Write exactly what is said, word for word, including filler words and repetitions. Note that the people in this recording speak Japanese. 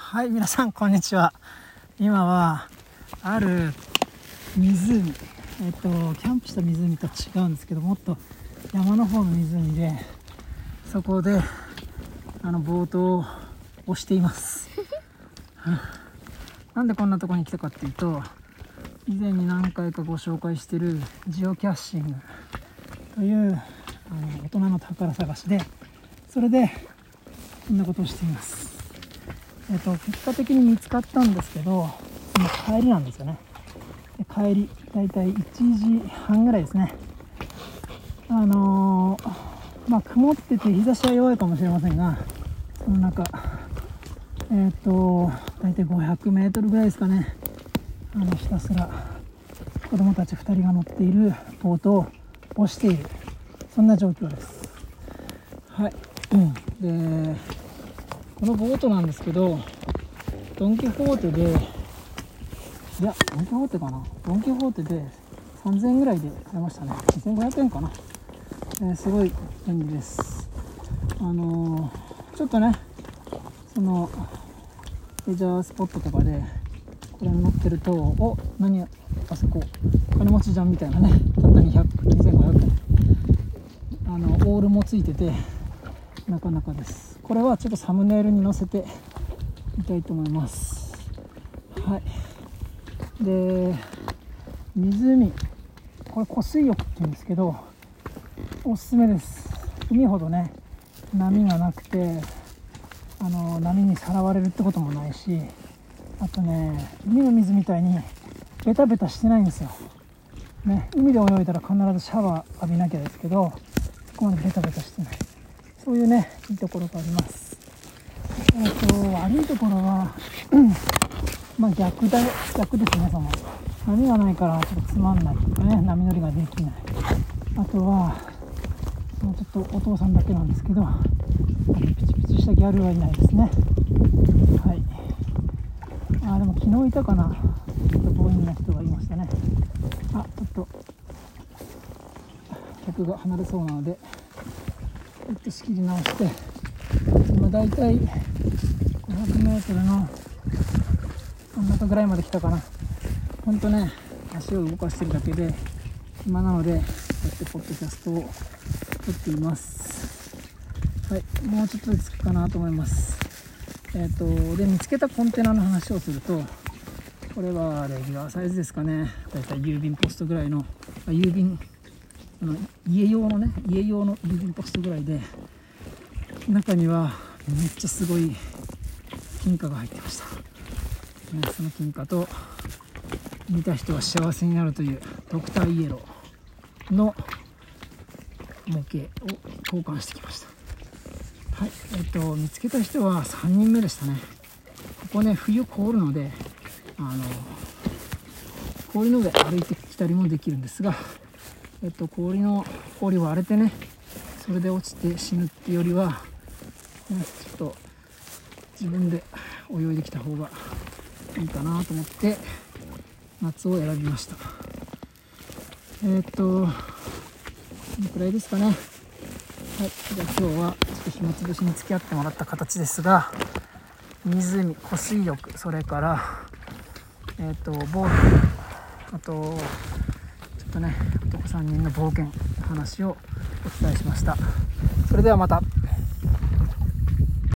はい、皆さんこんにちは。今はある湖、えっとキャンプした湖と違うんですけど、もっと山の方の湖で、そこであのボートを押していますなんでこんなところに来たかっていうと、以前に何回かご紹介しているジオキャッシングというあの大人の宝探しで、それでこんなことをしています。えっと、結果的に見つかったんですけど、その帰りなんですよね。で帰りだいたいいちじはんぐらいですね。あのー、まあ曇ってて日差しは弱いかもしれませんが、その中えっとだいたいごひゃくメートルぐらいですかね、あのひたすら子供たちふたりが乗っているボートを押している、そんな状況です。はい、うん、でこのボートなんですけど、ドン・キホーテで、いやドン・キホーテかなドン・キホーテでさんぜんえんぐらいで買いましたね。にせんごひゃくえんかな、えー、すごい便利です。あのー、ちょっとね、そのレジャースポットとかでこれに乗ってると、お、何あそこ金持ちじゃんみたいなね、たったにひゃく、にせんごひゃくえん、あのオールもついててなかなかです。これはちょっとサムネイルに載せてみたいと思います。はい。で、湖、これ湖水浴って言うんですけど、おすすめです。海ほどね波がなくて、あの波にさらわれるってこともないし、あとね、海の水みたいにベタベタしてないんですよ、ね、海で泳いだら必ずシャワー浴びなきゃですけど、そこまでベタベタしてない、そういうねいいところがあります。えっと悪いところは、うん、まあ逆だ逆ですね。その波がないからちょっとつまんないとかね、波乗りができない。あとはちょっとお父さんだけなんですけど、ピチピチしたギャルはいないですね。はい。あ、でも昨日いたかな、ちょっと強引な人がいましたね。あ、ちょっと客が離れそうなので、ちょっと仕切り直して、今だいたいごひゃくメートルの真ん中ぐらいまで来たかな。ほんとね、足を動かしてるだけで暇なので、こうやってポッドキャストを撮っています。はい、もうちょっとで着くかなと思います。えっとで見つけたコンテナの話をすると、これはレギュラーサイズですかね。だいたい郵便ポストぐらいの、あ郵便あの家用のね家用の郵便ポストぐらいで、中にはめっちゃすごい金貨が入ってました、ね、その金貨と見た人は幸せになるというドクターイエローの模型を交換してきました。はい、えっと見つけた人はさんにんめでしたね。ここね冬凍るので、あの氷の上歩いてきたりもできるんですが、えっと氷の氷割れてね、それで落ちて死ぬってよりは、ね、ちょっと自分で泳いできた方がいいかなと思って夏を選びました。えっとこのくらいですかね。はい、じゃあ今日はちょっと暇つぶしに付き合ってもらった形ですが、湖、湖水浴、それからえっとボート、あとちょっとね男さんにんの冒険の話をお伝えしました。それではまた。